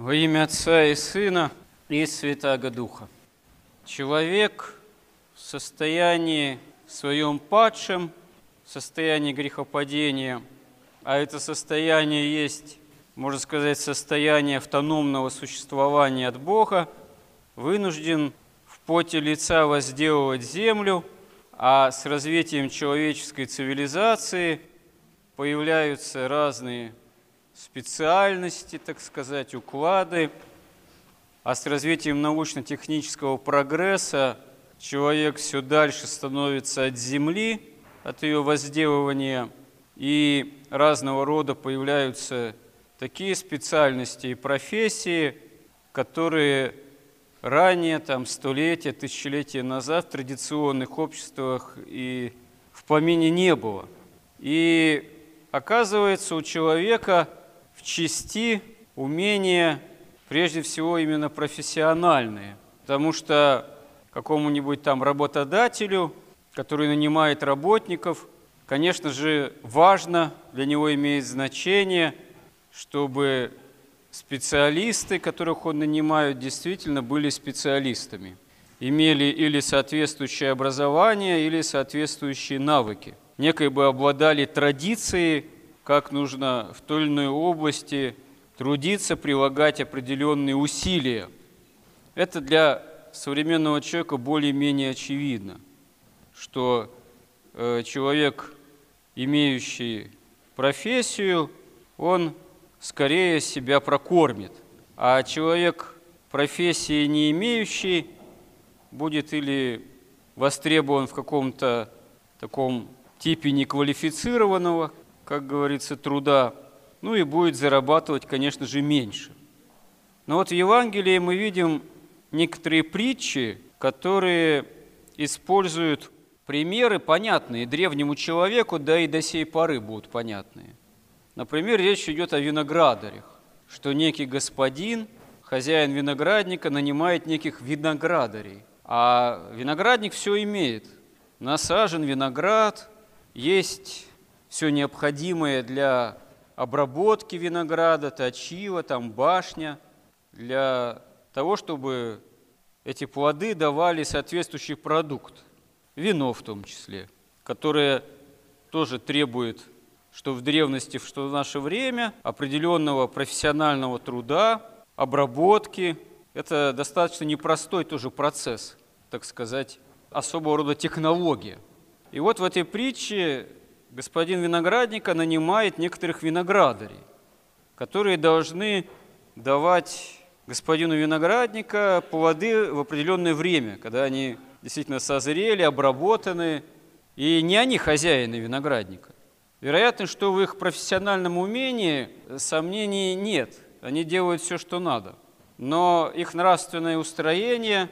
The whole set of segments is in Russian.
Во имя Отца и Сына и Святаго Духа. Человек в состоянии своем падшем, в состоянии грехопадения, а это состояние есть, можно сказать, состояние автономного существования от Бога, вынужден в поте лица возделывать землю, а с развитием человеческой цивилизации появляются разные специальности, так сказать, уклады, а с развитием научно-технического прогресса человек все дальше становится от земли, от ее возделывания, и разного рода появляются такие специальности и профессии, которые ранее, столетия, тысячелетия назад в традиционных обществах и в помине не было. И оказывается, у человека в части умения, прежде всего, именно профессиональные, потому что какому-нибудь работодателю, который нанимает работников, конечно же, важно, для него имеет значение, чтобы специалисты, которых он нанимает, действительно были специалистами, имели или соответствующее образование, или соответствующие навыки, некогда обладали традицией, как нужно в той или иной области трудиться, прилагать определенные усилия. Это для современного человека более-менее очевидно, что человек, имеющий профессию, он скорее себя прокормит, а человек, профессии не имеющий, будет или востребован в каком-то таком типе неквалифицированного, как говорится, труда, и будет зарабатывать, конечно же, меньше. Но вот в Евангелии мы видим некоторые притчи, которые используют примеры, понятные древнему человеку, да и до сей поры будут понятные. Например, речь идет о виноградарях, что некий господин, хозяин виноградника, нанимает неких виноградарей, а виноградник все имеет. Насажен виноград, есть все необходимое для обработки винограда, точила, башня, для того, чтобы эти плоды давали соответствующий продукт, вино в том числе, которое тоже требует, что в древности, что в наше время, определенного профессионального труда, обработки. Это достаточно непростой тоже процесс, так сказать, особого рода технология. И вот в этой притче господин виноградника нанимает некоторых виноградарей, которые должны давать господину виноградника плоды в определенное время, когда они действительно созрели, обработаны, и не они хозяины виноградника. Вероятно, что в их профессиональном умении сомнений нет, они делают все, что надо. Но их нравственное устроение,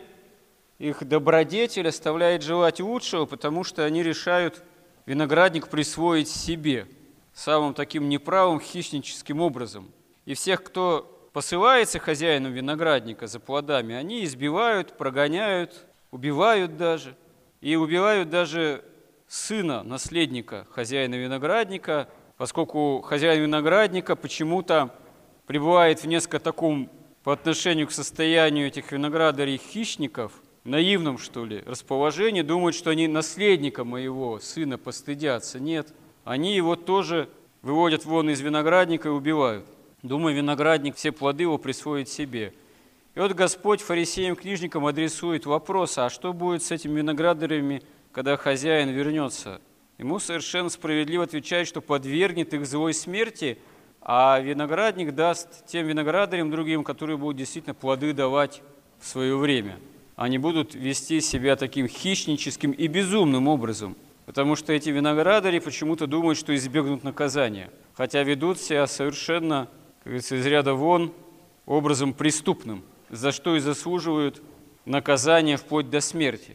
их добродетель оставляет желать лучшего, потому что они решают виноградник присвоить себе самым таким неправым хищническим образом. И всех, кто посылается хозяином виноградника за плодами, они избивают, прогоняют, убивают даже. И убивают даже сына, наследника хозяина виноградника, поскольку хозяин виноградника почему-то пребывает в несколько таком по отношению к состоянию этих виноградарей хищников, наивном, что ли, расположении, думают, что они наследника моего сына постыдятся. Нет, они его тоже выводят вон из виноградника и убивают. Думая, виноградник все плоды его присвоит себе. И вот Господь фарисеям, книжникам адресует вопрос, а что будет с этими виноградарями, когда хозяин вернется? Ему совершенно справедливо отвечает, что подвергнет их злой смерти, а виноградник даст тем виноградарям другим, которые будут действительно плоды давать в свое время. Они будут вести себя таким хищническим и безумным образом, потому что эти виноградари почему-то думают, что избегнут наказания, хотя ведут себя совершенно, как говорится, из ряда вон образом преступным, за что и заслуживают наказания вплоть до смерти.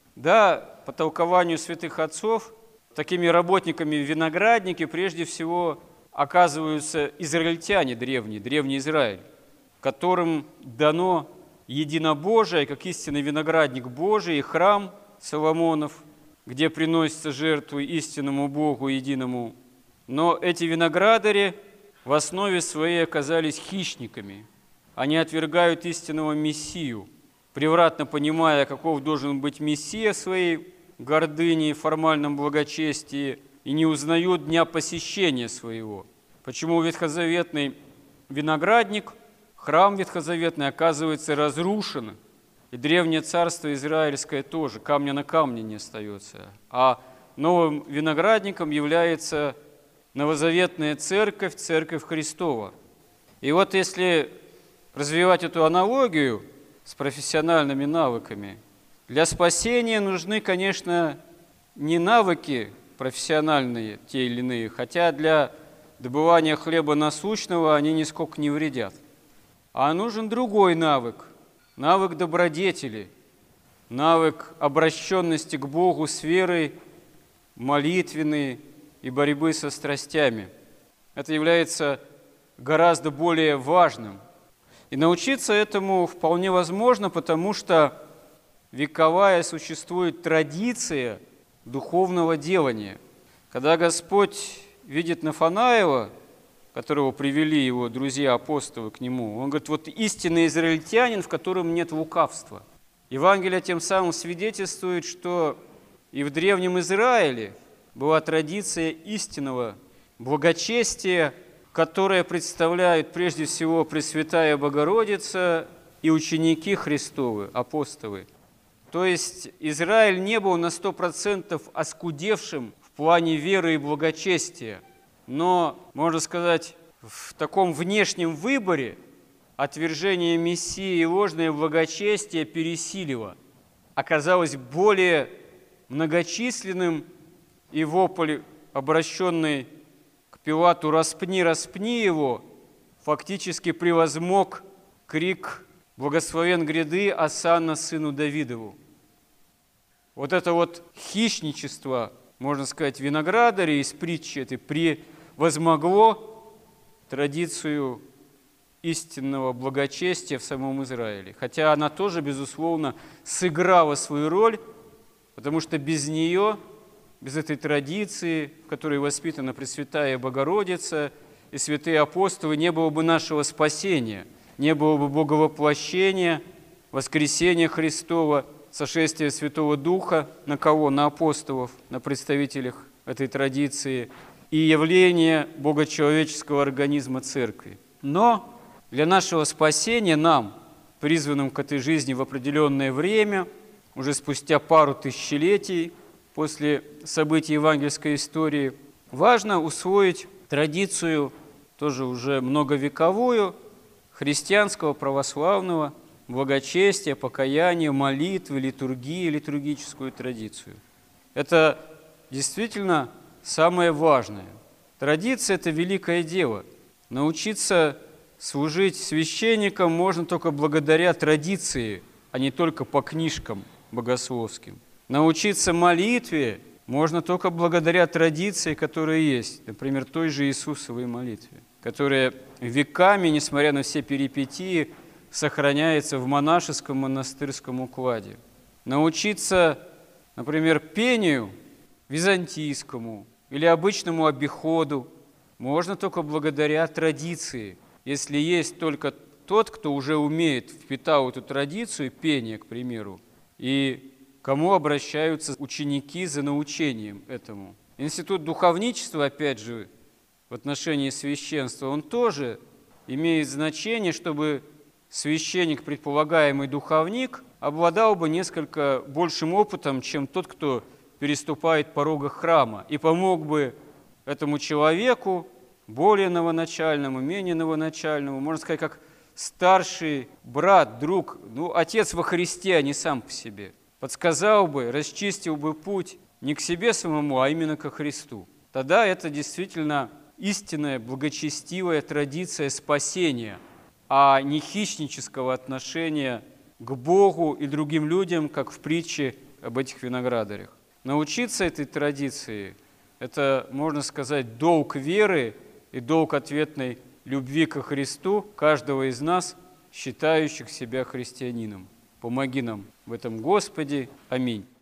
Да, по толкованию святых отцов, такими работниками в винограднике прежде всего оказываются израильтяне древние, древний Израиль, которым дано единобожие, как истинный виноградник Божий и храм Соломонов, где приносятся жертвы истинному Богу единому. Но эти виноградари в основе своей оказались хищниками. они отвергают истинного Мессию, превратно понимая, каков должен быть Мессия в своей гордыне и формальном благочестии, и не узнают дня посещения своего. Почему ветхозаветный виноградник, храм ветхозаветный, оказывается разрушен, и древнее царство израильское тоже, камня на камне не остается. А новым виноградником является новозаветная церковь, церковь Христова. И вот если развивать эту аналогию с профессиональными навыками, для спасения нужны, конечно, не навыки профессиональные, те или иные, хотя для добывания хлеба насущного они нисколько не вредят. А нужен другой навык, навык добродетели, навык обращенности к Богу с верой, молитвенной и борьбы со страстями. Это является гораздо более важным. И научиться этому вполне возможно, потому что вековая существует традиция духовного делания. Когда Господь видит Нафанаила, которого привели его друзья-апостолы к нему, он говорит: вот истинный израильтянин, в котором нет лукавства. Евангелие тем самым свидетельствует, что и в Древнем Израиле была традиция истинного благочестия, которое представляют прежде всего Пресвятая Богородица и ученики Христовы, апостолы. То есть Израиль не был на 100% оскудевшим в плане веры и благочестия, но, можно сказать, в таком внешнем выборе отвержение Мессии и ложное благочестие пересилило, оказалось более многочисленным, и вопль, обращенный к Пилату: «Распни, распни его», фактически превозмог крик: «Благословен гряды Осанна сыну Давидову». Вот это вот хищничество, можно сказать, виноградаря из притчи этой превозмогло традицию истинного благочестия в самом Израиле. Хотя она тоже, безусловно, сыграла свою роль, потому что без нее, без этой традиции, в которой воспитана Пресвятая Богородица и святые апостолы, не было бы нашего спасения, не было бы Боговоплощения, воскресения Христова, сошествия Святого Духа на кого? На апостолов, на представителях этой традиции и явления богочеловеческого организма Церкви. Но для нашего спасения нам, призванным к этой жизни в определенное время, уже спустя пару тысячелетий после событий евангельской истории, важно усвоить традицию, тоже уже многовековую, христианского, православного благочестия, покаяния, молитвы, литургии, литургическую традицию. Это действительно самое важное. Традиция – это великое дело. Научиться служить священником можно только благодаря традиции, а не только по книжкам богословским. Научиться молитве можно только благодаря традиции, которая есть, например, той же Иисусовой молитве, которая веками, несмотря на все перипетии, сохраняется в монашеском монастырском укладе. Научиться, например, пению византийскому или обычному обиходу можно только благодаря традиции. Если есть только тот, кто уже умеет, впитал эту традицию пения, к примеру, и кому обращаются ученики за научением этому. Институт духовничества, опять же, в отношении священства, он тоже имеет значение, чтобы священник, предполагаемый духовник, обладал бы несколько большим опытом, чем тот, кто переступает порог храма, и помог бы этому человеку, более новоначальному, менее новоначальному, можно сказать, как старший брат, друг, отец во Христе, а не сам по себе. Подсказал бы, расчистил бы путь не к себе самому, а именно ко Христу. Тогда это действительно истинная благочестивая традиция спасения, а не хищнического отношения к Богу и другим людям, как в притче об этих виноградарях. Научиться этой традиции – это, можно сказать, долг веры и долг ответной любви ко Христу каждого из нас, считающих себя христианином. Помоги нам в этом, Господи. Аминь.